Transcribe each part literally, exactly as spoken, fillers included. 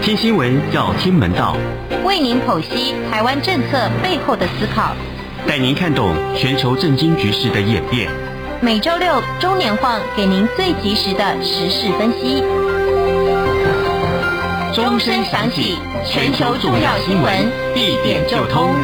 听新闻要听门道， 为您剖析台湾政策背后的思考， 带您看懂全球政经局势的演变。 每周六中年晃给您最及时的时事分析。钟声响起，全球重要新闻一点就通。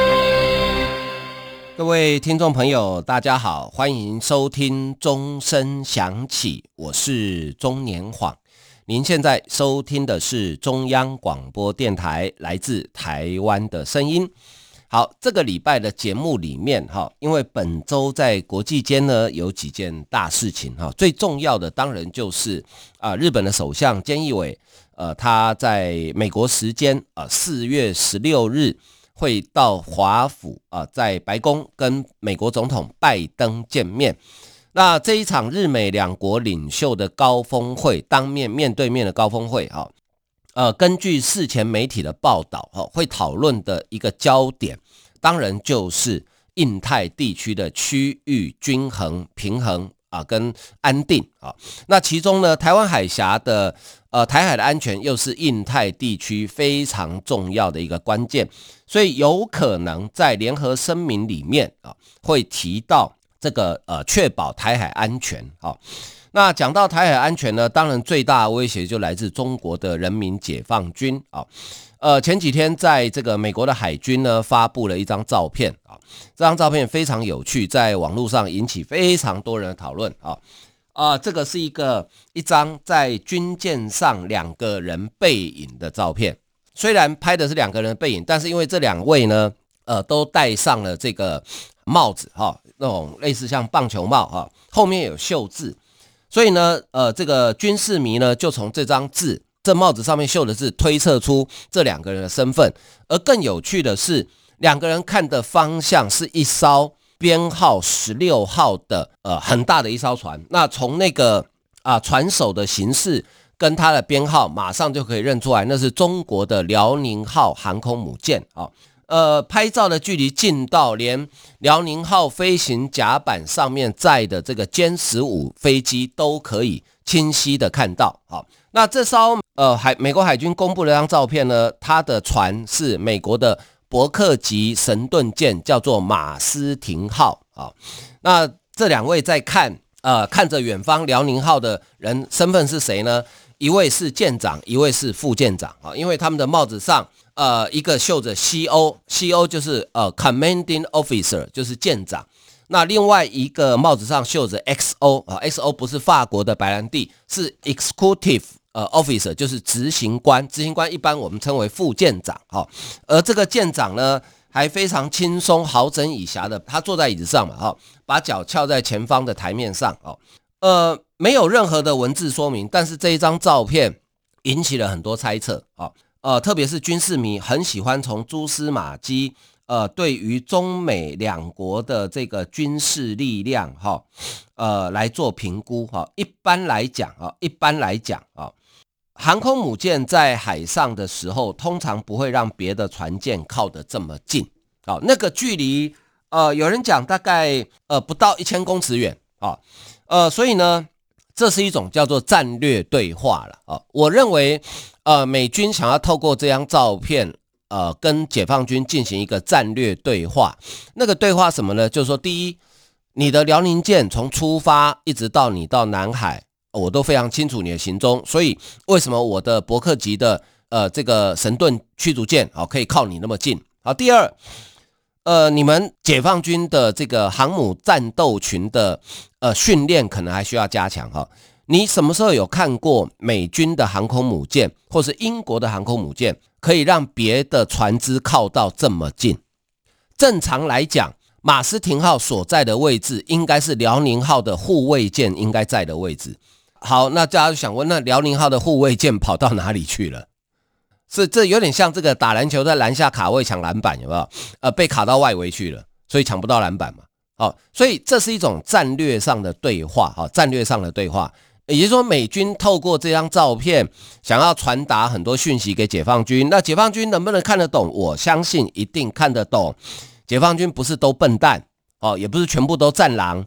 各位听众朋友大家好，欢迎收听钟声响起，我是钟年晃。您现在收听的是中央广播电台来自台湾的声音。好，这个礼拜的节目里面，因为本周在国际间呢有几件大事情，最重要的当然就是、呃、日本的首相菅义伟、呃、他在美国时间、呃、四月十六日会到华府、呃、在白宫跟美国总统拜登见面。那这一场日美两国领袖的高峰会，当面面对面的高峰会、哦呃、根据事前媒体的报道、哦、会讨论的一个焦点当然就是印太地区的区域均衡平衡、啊、跟安定、啊、那其中呢，台湾海峡的呃台海的安全又是印太地区非常重要的一个关键，所以有可能在联合声明里面、啊、会提到这个呃，确保台海安全、哦、那讲到台海安全呢，当然最大的威胁就来自中国的人民解放军、哦、呃，前几天在这个美国的海军呢发布了一张照片、哦、这张照片非常有趣，在网络上引起非常多人的讨论、哦呃、这个是一个一张在军舰上两个人背影的照片，虽然拍的是两个人的背影，但是因为这两位呢呃，都戴上了这个帽子、哦、那种类似像棒球帽、哦、后面有绣字，所以呢呃，这个军事迷呢就从这张字，这帽子上面绣的字推测出这两个人的身份。而更有趣的是，两个人看的方向是一艘编号十六号的呃很大的一艘船，那从那个啊船首的形式跟它的编号马上就可以认出来，那是中国的辽宁号航空母舰啊、哦。呃，拍照的距离近到连辽宁号飞行甲板上面载的这个歼十五飞机都可以清晰的看到。好，那这艘呃海美国海军公布的这张照片呢，它的船是美国的伯克级神盾舰，叫做马斯廷号。好，那这两位在看呃看着远方辽宁号的人身份是谁呢？一位是舰长，一位是副舰长啊，因为他们的帽子上呃一个绣着 C O，C O 就是呃 Commanding Officer， 就是舰长。那另外一个帽子上绣着 X O 啊 ，X O 不是法国的白兰地，是 Executive 呃 Officer， 就是执行官。执行官一般我们称为副舰长啊，而这个舰长呢还非常轻松好整以暇的，他坐在椅子上嘛哈，把脚翘在前方的台面上哦。呃，没有任何的文字说明，但是这一张照片引起了很多猜测、哦、呃，特别是军事迷很喜欢从蛛丝马迹，呃，对于中美两国的这个军事力量、哦、呃，来做评估、哦、一般来讲、哦、一般来讲、哦、航空母舰在海上的时候，通常不会让别的船舰靠得这么近、哦、那个距离，呃，有人讲大概呃不到一千公尺远啊。哦呃，所以呢，这是一种叫做战略对话了啊、哦。我认为，呃，美军想要透过这张照片，呃，跟解放军进行一个战略对话。那个对话什么呢？就是说，第一，你的辽宁舰从出发一直到你到南海，我都非常清楚你的行踪。所以，为什么我的伯克级的呃这个神盾驱逐舰啊、哦、可以靠你那么近？好，第二。呃，你们解放军的这个航母战斗群的呃训练可能还需要加强哈。你什么时候有看过美军的航空母舰或是英国的航空母舰可以让别的船只靠到这么近？正常来讲，马斯廷号所在的位置应该是辽宁号的护卫舰应该在的位置。好，那大家就想问，那辽宁号的护卫舰跑到哪里去了？是，这有点像这个打篮球在篮下卡位抢篮板，有没有？呃，被卡到外围去了，所以抢不到篮板嘛。好、哦，所以这是一种战略上的对话，哈、哦，战略上的对话，也就是说，美军透过这张照片，想要传达很多讯息给解放军。那解放军能不能看得懂？我相信一定看得懂。解放军不是都笨蛋，哦，也不是全部都战狼，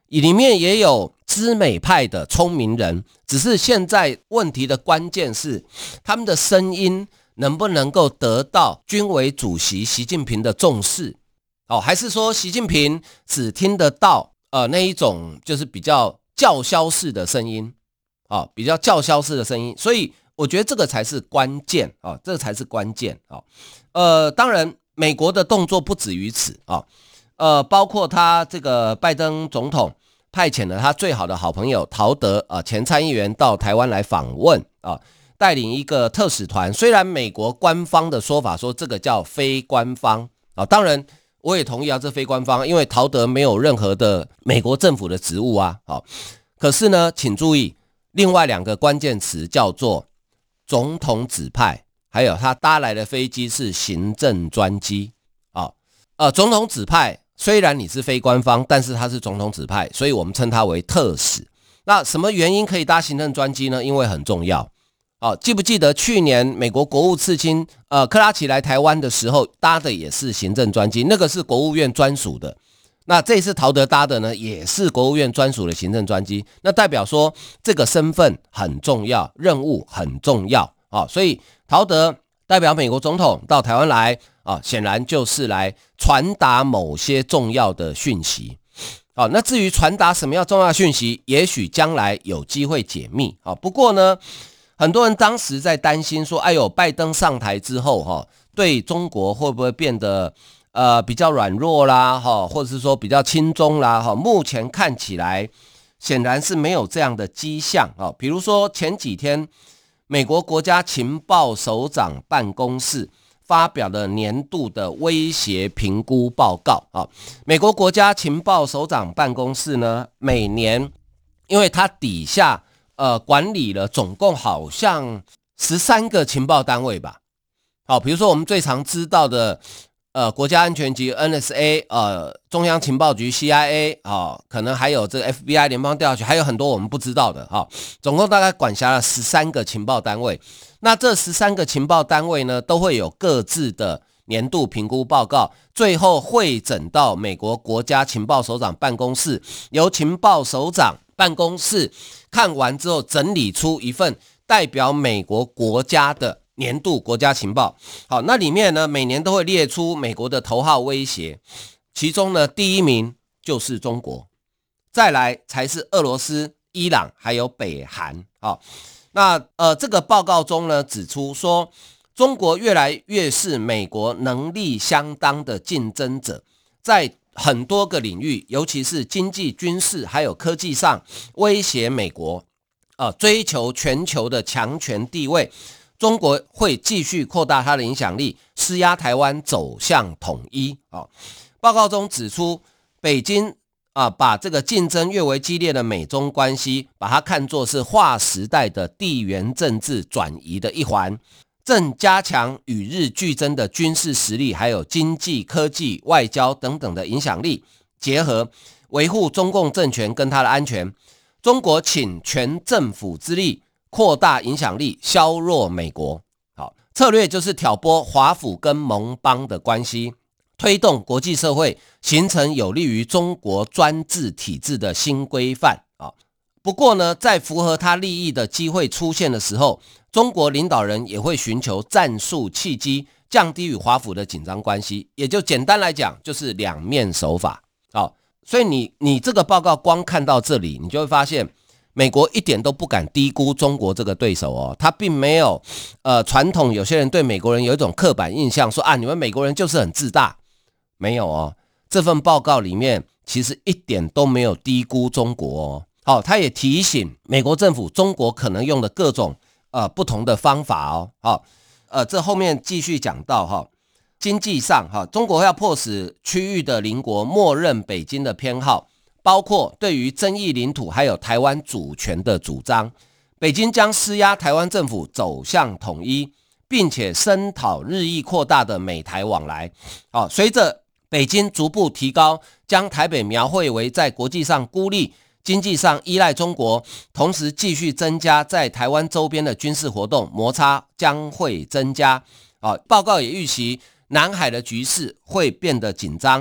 里面也有知美派的聪明人，只是现在问题的关键是他们的声音能不能够得到军委主席习近平的重视，哦，还是说习近平只听得到呃那一种就是比较叫嚣式的声音，哦，比较叫嚣式的声音，所以我觉得这个才是关键啊、哦，这个才是关键啊、哦。呃，当然美国的动作不止于此啊、哦，呃，包括他这个拜登总统派遣了他最好的好朋友陶德啊、呃、前参议员到台湾来访问啊、呃，带领一个特使团。虽然美国官方的说法说这个叫非官方啊、呃，当然我也同意啊，这非官方，因为陶德没有任何的美国政府的职务啊。好、哦，可是呢，请注意。另外两个关键词叫做总统指派，还有他搭来的飞机是行政专机啊。呃，总统指派虽然你是非官方，但是他是总统指派，所以我们称他为特使。那什么原因可以搭行政专机呢？因为很重要。哦，记不记得去年美国国务次卿呃克拉奇来台湾的时候搭的也是行政专机，那个是国务院专属的。那这次陶德搭的呢，也是国务院专属的行政专机，那代表说这个身份很重要，任务很重要啊、哦，所以陶德代表美国总统到台湾来啊、哦，显然就是来传达某些重要的讯息。好、哦，那至于传达什么样重要的讯息，也许将来有机会解密啊、哦。不过呢，很多人当时在担心说，哎呦，拜登上台之后哈、哦，对中国会不会变得呃，比较软弱啦，哈，或者是说比较轻中啦，哈，目前看起来显然是没有这样的迹象啊。比如说前几天，美国国家情报首长办公室发表了年度的威胁评估报告啊。美国国家情报首长办公室呢，每年因为它底下呃管理了总共好像十三个情报单位吧，好，比如说我们最常知道的。呃，国家安全局 N S A， 呃，中央情报局 C I A， 啊、哦，可能还有这个 F B I 联邦调查局，还有很多我们不知道的哈、哦。总共大概管辖了十三个情报单位。那这十三个情报单位呢，都会有各自的年度评估报告，最后汇整到美国国家情报首长办公室，由情报首长办公室看完之后整理出一份代表美国国家的年度国家情报。好，那里面呢，每年都会列出美国的头号威胁，其中呢，第一名就是中国，再来才是俄罗斯、伊朗还有北韩。好，那呃，这个报告中呢，指出说，中国越来越是美国能力相当的竞争者，在很多个领域，尤其是经济、军事还有科技上威胁美国，呃，追求全球的强权地位。中国会继续扩大它的影响力，施压台湾走向统一。哦、报告中指出，北京啊，把这个竞争越为激烈的美中关系，把它看作是划时代的地缘政治转移的一环，正加强与日俱增的军事实力，还有经济、科技、外交等等的影响力，结合维护中共政权跟它的安全。中国请全政府之力扩大影响力，削弱美国。好，策略就是挑拨华府跟盟邦的关系，推动国际社会形成有利于中国专制体制的新规范。不过呢，在符合他利益的机会出现的时候，中国领导人也会寻求战术契机，降低与华府的紧张关系。也就简单来讲，就是两面手法。好，所以你你这个报告光看到这里，你就会发现美国一点都不敢低估中国这个对手哦，他并没有呃传统有些人对美国人有一种刻板印象，说啊你们美国人就是很自大，没有哦，这份报告里面其实一点都没有低估中国哦。好，他也提醒美国政府，中国可能用的各种呃不同的方法哦。好，呃，这后面继续讲到哈，经济上哈，中国要迫使区域的邻国默认北京的偏好，包括对于争议领土还有台湾主权的主张。北京将施压台湾政府走向统一，并且声讨日益扩大的美台往来。好，随着北京逐步提高，将台北描绘为在国际上孤立，经济上依赖中国，同时继续增加在台湾周边的军事活动，摩擦将会增加。啊，报告也预期南海的局势会变得紧张，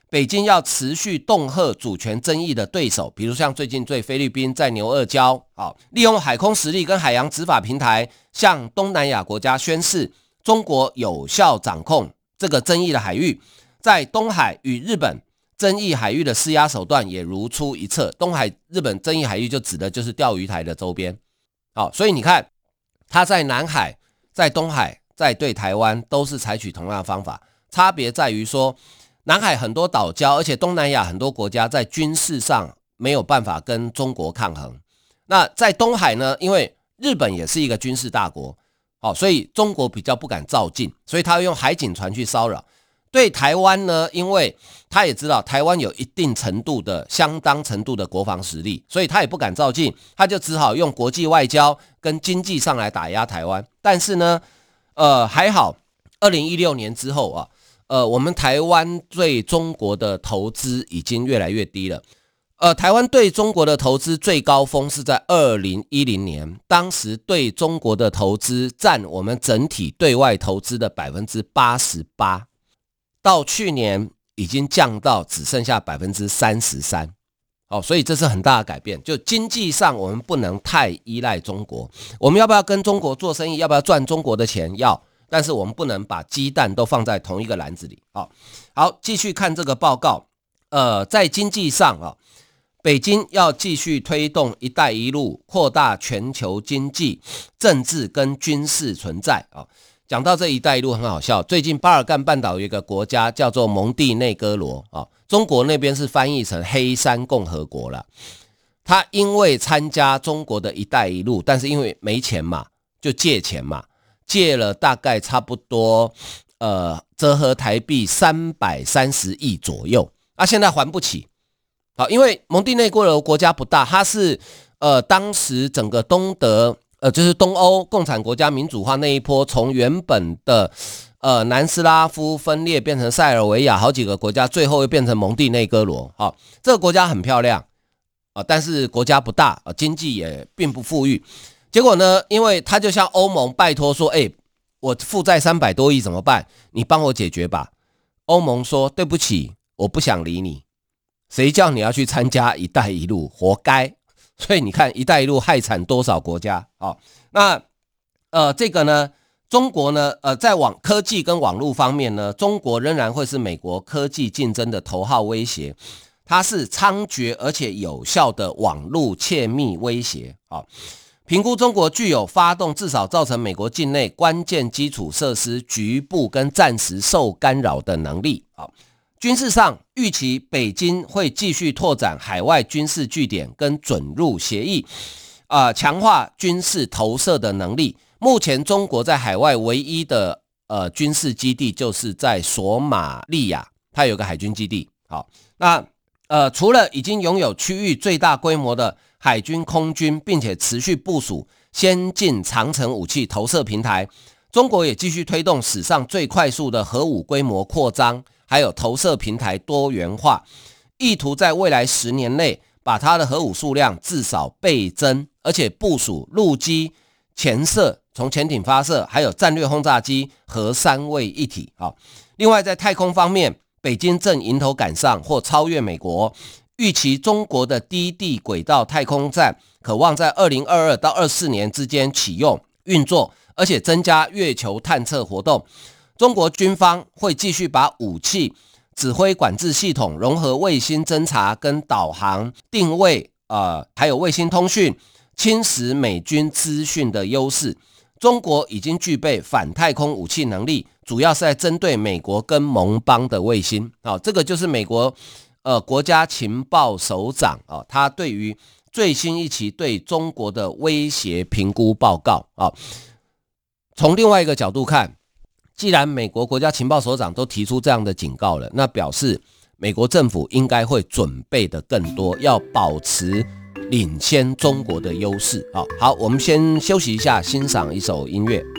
北京要持续恫吓主权争议的对手，比如像最近对菲律宾在牛二礁，好，利用海空实力跟海洋执法平台向东南亚国家宣示中国有效掌控这个争议的海域，在东海与日本争议海域的施压手段也如出一辙。东海日本争议海域就指的就是钓鱼台的周边，好，所以你看他在南海、在东海、在对台湾都是采取同样的方法，差别在于说南海很多岛礁，而且东南亚很多国家在军事上没有办法跟中国抗衡。那在东海呢，因为日本也是一个军事大国，好，所以中国比较不敢照进，所以他会用海警船去骚扰。对台湾呢，因为他也知道台湾有一定程度的相当程度的国防实力，所以他也不敢照进，他就只好用国际外交跟经济上来打压台湾。但是呢呃，还好二零一六年之后啊，呃，我们台湾对中国的投资已经越来越低了。呃，台湾对中国的投资最高峰是在二零一零年，当时对中国的投资占我们整体对外投资的 百分之八十八， 到去年已经降到只剩下 百分之三十三。哦，所以这是很大的改变，就经济上我们不能太依赖中国，我们要不要跟中国做生意，要不要赚中国的钱，要，但是我们不能把鸡蛋都放在同一个篮子里。好，好，继续看这个报告。呃，在经济上啊，北京要继续推动一带一路，扩大全球经济、政治跟军事存在啊。讲到这一带一路很好笑，最近巴尔干半岛有一个国家叫做蒙地内哥罗啊，中国那边是翻译成黑山共和国了。他因为参加中国的一带一路，但是因为没钱嘛，就借钱嘛，借了大概差不多呃折合台币三百三十亿左右，啊，现在还不起。好，因为蒙地内哥罗国家不大，它是呃当时整个东德呃就是东欧共产国家民主化那一波，从原本的呃南斯拉夫分裂变成塞尔维亚好几个国家，最后又变成蒙地内哥罗。好，这个国家很漂亮啊，但是国家不大啊，经济也并不富裕。结果呢，因为他就向欧盟拜托说，哎，我负债三百多亿怎么办？你帮我解决吧。欧盟说对不起，我不想理你。谁叫你要去参加一带一路，活该。所以你看一带一路害惨多少国家。好，那呃这个呢，中国呢呃在网科技跟网络方面呢，中国仍然会是美国科技竞争的头号威胁，它是猖獗而且有效的网络窃密威胁。好，评估中国具有发动至少造成美国境内关键基础设施局部跟暂时受干扰的能力。好，军事上预期北京会继续拓展海外军事据点跟准入协议，呃，强化军事投射的能力。目前中国在海外唯一的呃军事基地就是在索马利亚，它有个海军基地。好，那呃除了已经拥有区域最大规模的海军空军，并且持续部署先进长程武器投射平台，中国也继续推动史上最快速的核武规模扩张，还有投射平台多元化，意图在未来十年内把它的核武数量至少倍增，而且部署陆基、潜射、从潜艇发射，还有战略轰炸机和三位一体。好，另外在太空方面，北京正迎头赶上或超越美国，预期中国的低地轨道太空站可望在二零二二到二四年之间启用运作，而且增加月球探测活动。中国军方会继续把武器、指挥管制系统融合卫星侦察跟导航、定位，呃，还有卫星通讯，侵蚀美军资讯的优势。中国已经具备反太空武器能力，主要是在针对美国跟盟邦的卫星。好，这个就是美国呃国家情报首长啊，他对于最新一期对中国的威胁评估报告啊。从另外一个角度看，既然美国国家情报首长都提出这样的警告了，那表示美国政府应该会准备的更多，要保持领先中国的优势。好，好，我们先休息一下，欣赏一首音乐。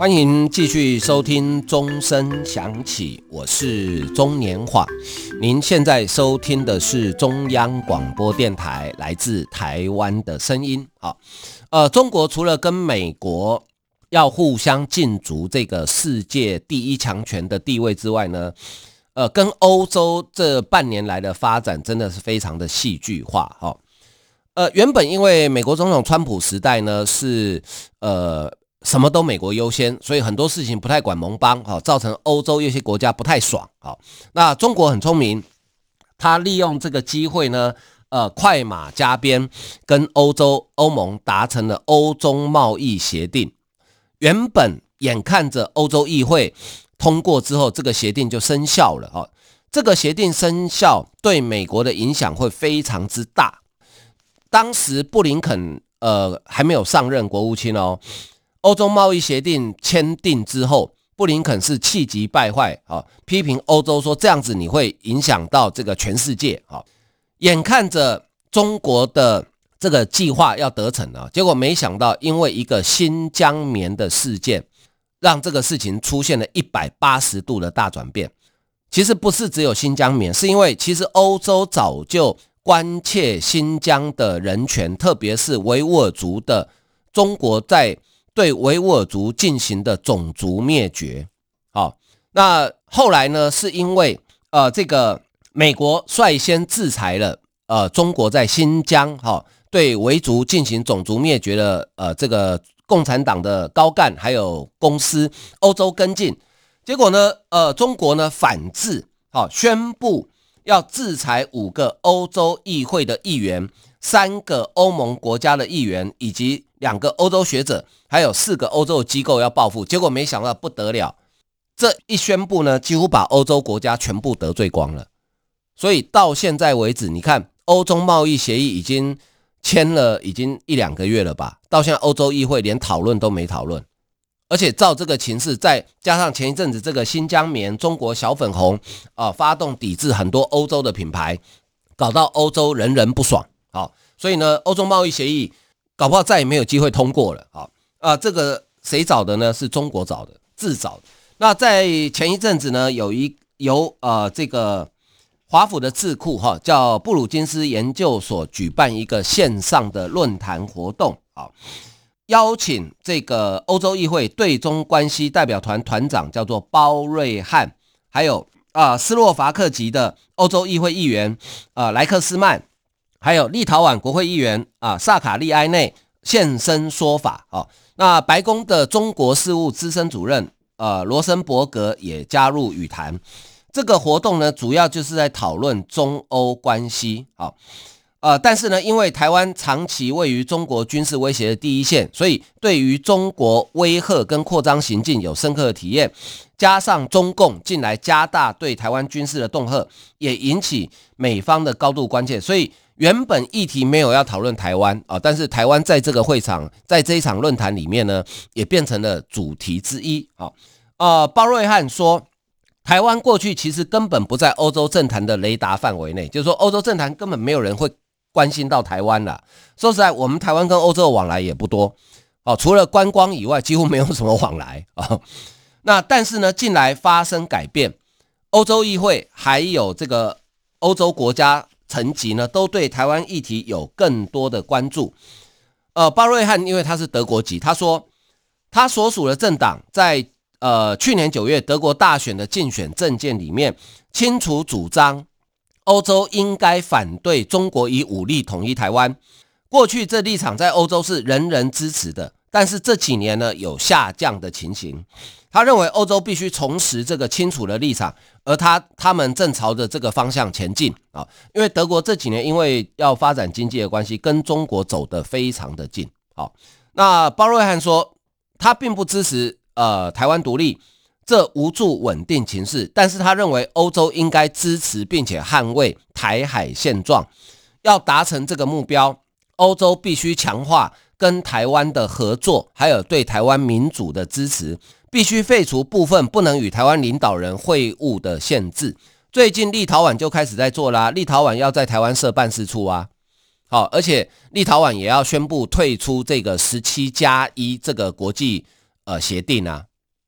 欢迎继续收听钟声响起，我是钟年晃。您现在收听的是中央广播电台来自台湾的声音。好，呃，中国除了跟美国要互相竞逐这个世界第一强权的地位之外呢，呃，跟欧洲这半年来的发展真的是非常的戏剧化。哈、哦，呃，原本因为美国总统川普时代呢是呃。什么都美国优先，所以很多事情不太管盟邦，造成欧洲有些国家不太爽。那中国很聪明，他利用这个机会呢，呃，快马加鞭，跟欧洲欧盟达成了欧中贸易协定。原本眼看着欧洲议会通过之后，这个协定就生效了。这个协定生效对美国的影响会非常之大。当时布林肯呃还没有上任国务卿哦。欧洲贸易协定签订之后，布林肯是气急败坏，啊，批评欧洲说这样子你会影响到这个全世界。啊，眼看着中国的这个计划要得逞了，结果没想到因为一个新疆棉的事件，让这个事情出现了一百八十度的大转变。其实不是只有新疆棉，是因为其实欧洲早就关切新疆的人权，特别是维吾尔族的中国在对维吾尔族进行的种族灭绝。好，那后来呢，是因为呃这个美国率先制裁了呃中国在新疆哈、哦、对维族进行种族灭绝的呃这个共产党的高干还有公司，欧洲跟进，结果呢呃中国呢反制，好、哦、宣布要制裁五个欧洲议会的议员，三个欧盟国家的议员，以及两个欧洲学者，还有四个欧洲机构要报复。结果没想到不得了，这一宣布呢，几乎把欧洲国家全部得罪光了。所以到现在为止，你看欧中贸易协议已经签了已经一两个月了吧，到现在欧洲议会连讨论都没讨论。而且照这个情势，再加上前一阵子这个新疆棉、中国小粉红啊、呃，发动抵制很多欧洲的品牌，搞到欧洲人人不爽。好，所以呢，欧洲贸易协议搞不好再也没有机会通过了。好啊、呃，这个谁找的呢？是中国找的，自找的。那在前一阵子呢，有一由呃这个华府的智库哈、哦，叫布鲁金斯研究所举办一个线上的论坛活动。好，邀请这个欧洲议会对中关系代表团团长叫做包瑞汉，还有啊、呃、斯洛伐克籍的欧洲议会议员啊、呃、莱克斯曼，还有立陶宛国会议员啊萨卡利埃内现身说法。哦，那白宫的中国事务资深主任呃罗森伯格也加入语坛。这个活动呢，主要就是在讨论中欧关系。好。呃，但是呢，因为台湾长期位于中国军事威胁的第一线，所以对于中国威吓跟扩张行径有深刻的体验，加上中共近来加大对台湾军事的恫吓，也引起美方的高度关切。所以原本议题没有要讨论台湾啊、呃，但是台湾在这个会场，在这一场论坛里面呢，也变成了主题之一。好，呃，包瑞汉说，台湾过去其实根本不在欧洲政坛的雷达范围内，就是说欧洲政坛根本没有人会关心到台湾了。说实在，我们台湾跟欧洲的往来也不多，哦，除了观光以外，几乎没有什么往来。哦，那但是呢，近来发生改变，欧洲议会还有这个欧洲国家层级呢，都对台湾议题有更多的关注。呃，巴瑞汉因为他是德国籍，他说他所属的政党在呃去年九月德国大选的竞选政见里面，清楚主张欧洲应该反对中国以武力统一台湾。过去这立场在欧洲是人人支持的，但是这几年呢有下降的情形。他认为欧洲必须重拾这个清楚的立场，而他他们正朝着这个方向前进啊。因为德国这几年因为要发展经济的关系，跟中国走得非常的近。好，那包瑞汉说，他并不支持呃台湾独立，这无助稳定情势，但是他认为欧洲应该支持并且捍卫台海现状。要达成这个目标，欧洲必须强化跟台湾的合作，还有对台湾民主的支持，必须废除部分不能与台湾领导人会晤的限制。最近立陶宛就开始在做啦，立陶宛要在台湾设办事处啊。好，而且立陶宛也要宣布退出这个十七加一这个国际呃协定啊。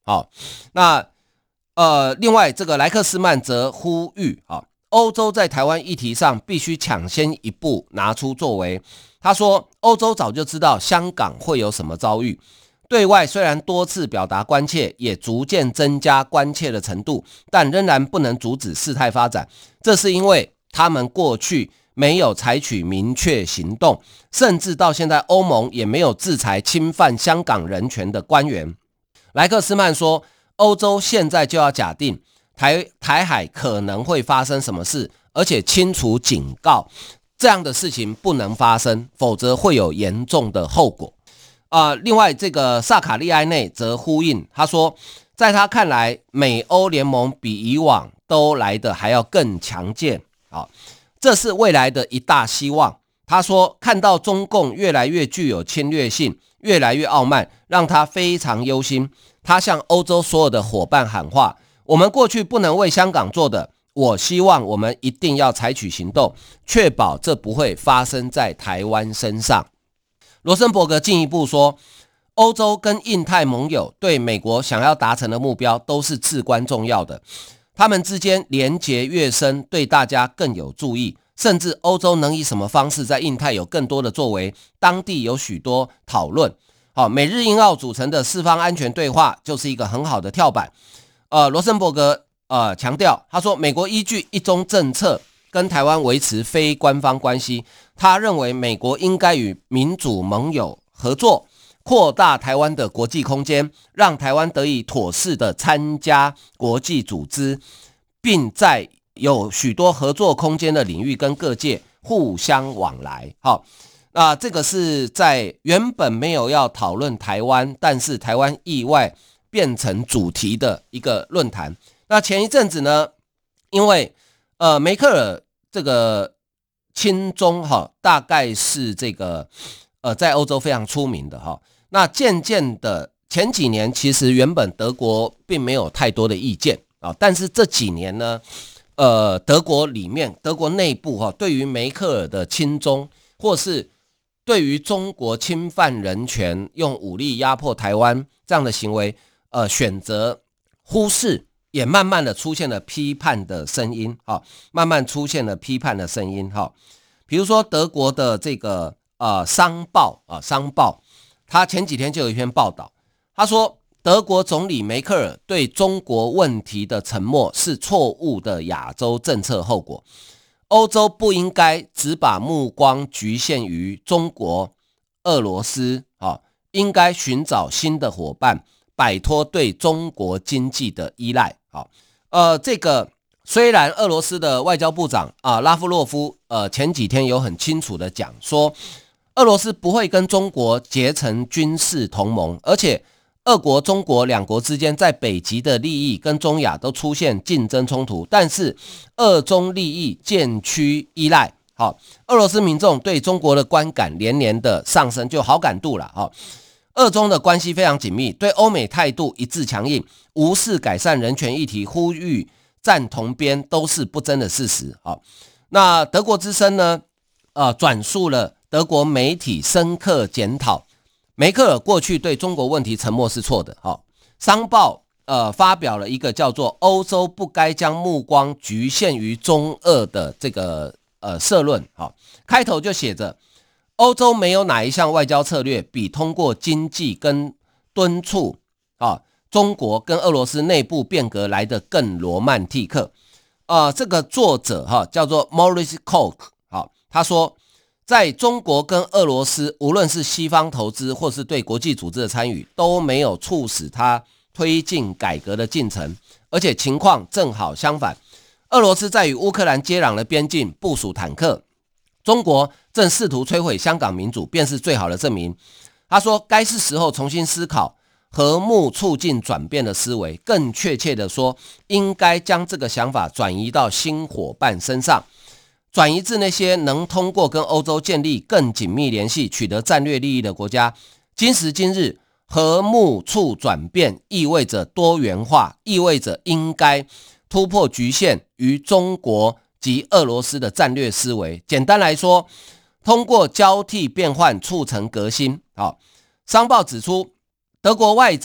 好，那呃，另外这个莱克斯曼则呼吁啊，欧洲在台湾议题上必须抢先一步拿出作为。他说，欧洲早就知道香港会有什么遭遇，对外虽然多次表达关切，也逐渐增加关切的程度，但仍然不能阻止事态发展。这是因为他们过去没有采取明确行动，甚至到现在欧盟也没有制裁侵犯香港人权的官员。莱克斯曼说，欧洲现在就要假定台台海可能会发生什么事，而且清楚警告这样的事情不能发生，否则会有严重的后果。呃、另外这个萨卡利埃内则呼应，他说在他看来，美欧联盟比以往都来得还要更强健，好，这是未来的一大希望。他说看到中共越来越具有侵略性，越来越傲慢，让他非常忧心。他向欧洲所有的伙伴喊话，我们过去不能为香港做的，我希望我们一定要采取行动，确保这不会发生在台湾身上。罗森伯格进一步说，欧洲跟印太盟友对美国想要达成的目标都是至关重要的，他们之间连结越深，对大家更有助益。甚至欧洲能以什么方式在印太有更多的作为，当地有许多讨论。好，美日印澳组成的四方安全对话就是一个很好的跳板。呃，罗森伯格呃强调，他说美国依据一中政策跟台湾维持非官方关系，他认为美国应该与民主盟友合作，扩大台湾的国际空间，让台湾得以妥适的参加国际组织，并在有许多合作空间的领域跟各界互相往来。好，那这个是在原本没有要讨论台湾，但是台湾意外变成主题的一个论坛。那前一阵子呢，因为呃梅克尔这个亲中哈，大概是这个呃在欧洲非常出名的哈。那渐渐的前几年其实原本德国并没有太多的意见啊，但是这几年呢，呃德国里面德国内部哈，对于梅克尔的亲中，或是对于中国侵犯人权、用武力压迫台湾这样的行为，呃选择忽视，也慢慢的出现了批判的声音，好，慢慢出现了批判的声音，好，比如说德国的这个呃商报啊，商报，他前几天就有一篇报道，他说德国总理梅克尔对中国问题的沉默是错误的亚洲政策后果，欧洲不应该只把目光局限于中国、俄罗斯，啊，应该寻找新的伙伴，摆脱对中国经济的依赖。好，呃，这个虽然俄罗斯的外交部长啊拉夫洛夫呃前几天有很清楚的讲说，俄罗斯不会跟中国结成军事同盟，而且俄国、中国两国之间在北极的利益跟中亚都出现竞争冲突，但是俄中利益渐趋依赖。好，俄罗斯民众对中国的观感连年的上升，就好感度了。好，俄中的关系非常紧密，对欧美态度一致强硬，无视改善人权议题，呼吁站同边，都是不争的事实。好，那德国之声呢，呃，转述了德国媒体深刻检讨梅克尔过去对中国问题沉默是错的。好，商报呃发表了一个叫做欧洲不该将目光局限于中俄的这个呃社论。好，开头就写着，欧洲没有哪一项外交策略比通过经济跟敦促啊中国跟俄罗斯内部变革来得更罗曼蒂克。呃，这个作者哈叫做 Maurice Koch， 好，他说，在中国跟俄罗斯，无论是西方投资或是对国际组织的参与，都没有促使他推进改革的进程，而且情况正好相反。俄罗斯在与乌克兰接壤的边境部署坦克，中国正试图摧毁香港民主，便是最好的证明。他说，该是时候重新思考和睦促进转变的思维，更确切的说，应该将这个想法转移到新伙伴身上，转移至那些能通过跟欧洲建立更紧密联系，取得战略利益的国家。今时今日，和睦促转变意味着多元化，意味着应该突破局限于中国及俄罗斯的战略思维。简单来说，通过交替变换促成革新。好，商报指出，德国外长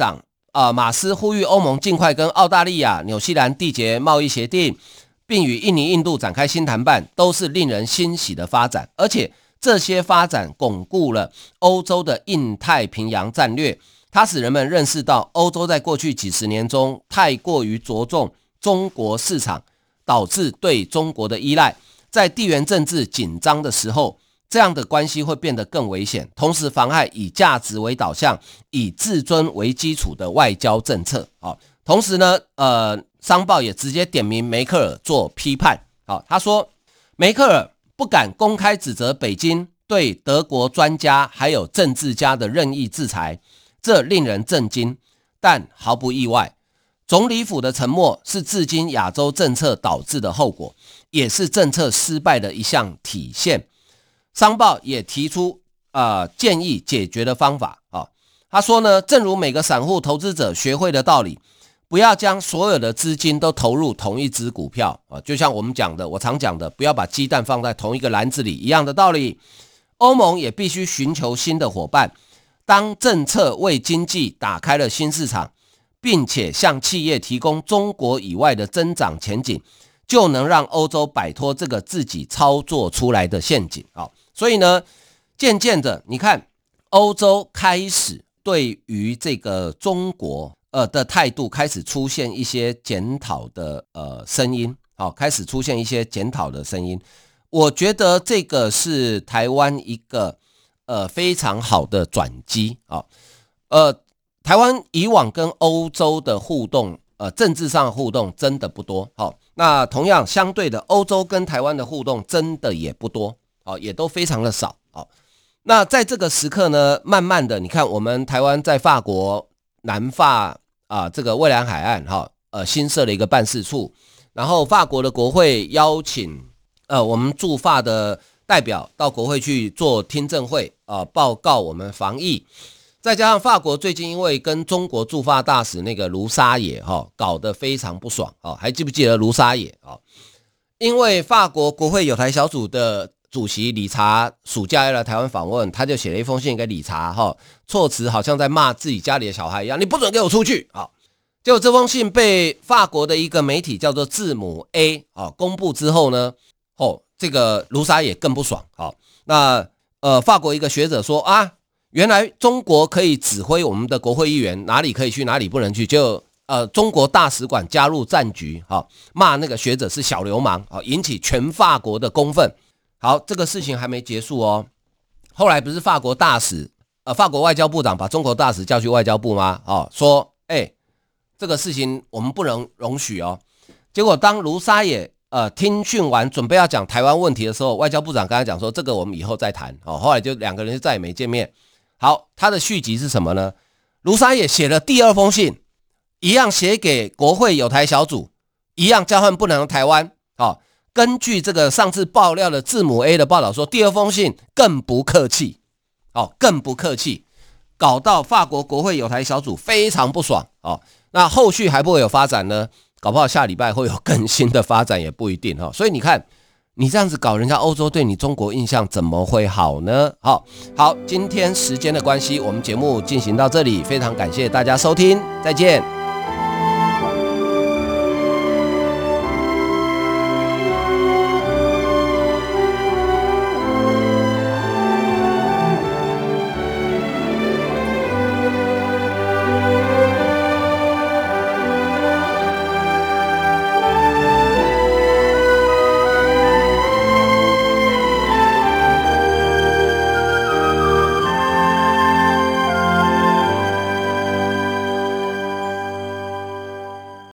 呃，马斯呼吁欧盟尽快跟澳大利亚、纽西兰缔结贸易协定，并与印尼、印度展开新谈判，都是令人欣喜的发展。而且这些发展巩固了欧洲的印太平洋战略，它使人们认识到欧洲在过去几十年中太过于着重中国市场，导致对中国的依赖。在地缘政治紧张的时候，这样的关系会变得更危险，同时妨害以价值为导向、以自尊为基础的外交政策。好，同时呢，呃，商报也直接点名梅克尔做批判。好，他说梅克尔不敢公开指责北京对德国专家还有政治家的任意制裁，这令人震惊，但毫不意外。总理府的沉默是至今亚洲政策导致的后果，也是政策失败的一项体现。商报也提出呃建议解决的方法啊、哦，他说呢，正如每个散户投资者学会的道理，不要将所有的资金都投入同一只股票啊、哦，就像我们讲的，我常讲的，不要把鸡蛋放在同一个篮子里一样的道理。欧盟也必须寻求新的伙伴，当政策为经济打开了新市场，并且向企业提供中国以外的增长前景，就能让欧洲摆脱这个自己操作出来的陷阱。好，所以呢，渐渐的，你看欧洲开始对于这个中国呃的态度开始出现一些检讨的呃声音，好，开始出现一些检讨的声音。我觉得这个是台湾一个呃非常好的转机啊，呃。台湾以往跟欧洲的互动，呃，政治上的互动真的不多，好、哦，那同样相对的，欧洲跟台湾的互动真的也不多，哦，也都非常的少，哦，那在这个时刻呢，慢慢的，你看我们台湾在法国南法啊，这个蔚蓝海岸，哈、哦，呃，新设了一个办事处，然后法国的国会邀请，呃，我们驻法的代表到国会去做听证会，啊、呃，报告我们防疫。再加上法国最近因为跟中国驻法大使那个卢沙野哈、哦、搞得非常不爽啊、哦，还记不记得卢沙野啊、哦？因为法国国会友台小组的主席理查暑假要来台湾访问，他就写了一封信给理查哈、哦，措辞好像在骂自己家里的小孩一样，你不准给我出去啊、哦！结果这封信被法国的一个媒体叫做字母 A 啊、哦、公布之后呢，哦，这个卢沙野更不爽好、哦，那呃法国一个学者说啊。原来中国可以指挥我们的国会议员哪里可以去哪里不能去，就呃中国大使馆加入战局，好、哦、骂那个学者是小流氓，好、哦、引起全法国的公愤。好，这个事情还没结束哦。后来不是法国大使呃法国外交部长把中国大使叫去外交部吗？哦，说哎这个事情我们不能容许哦。结果当卢沙野呃听讯完准备要讲台湾问题的时候，外交部长跟他讲说这个我们以后再谈哦。后来就两个人就再也没见面。好，他的续集是什么呢？卢沙野写了第二封信，一样写给国会友台小组，一样交换不能台湾。好、哦，根据这个上次爆料的字母 A 的报道说，第二封信更不客气，哦，更不客气，搞到法国国会友台小组非常不爽。哦，那后续还不会有发展呢？搞不好下礼拜会有更新的发展也不一定哈、哦。所以你看。你这样子搞，人家欧洲对你中国印象怎么会好呢？好，好，今天时间的关系，我们节目进行到这里，非常感谢大家收听，再见。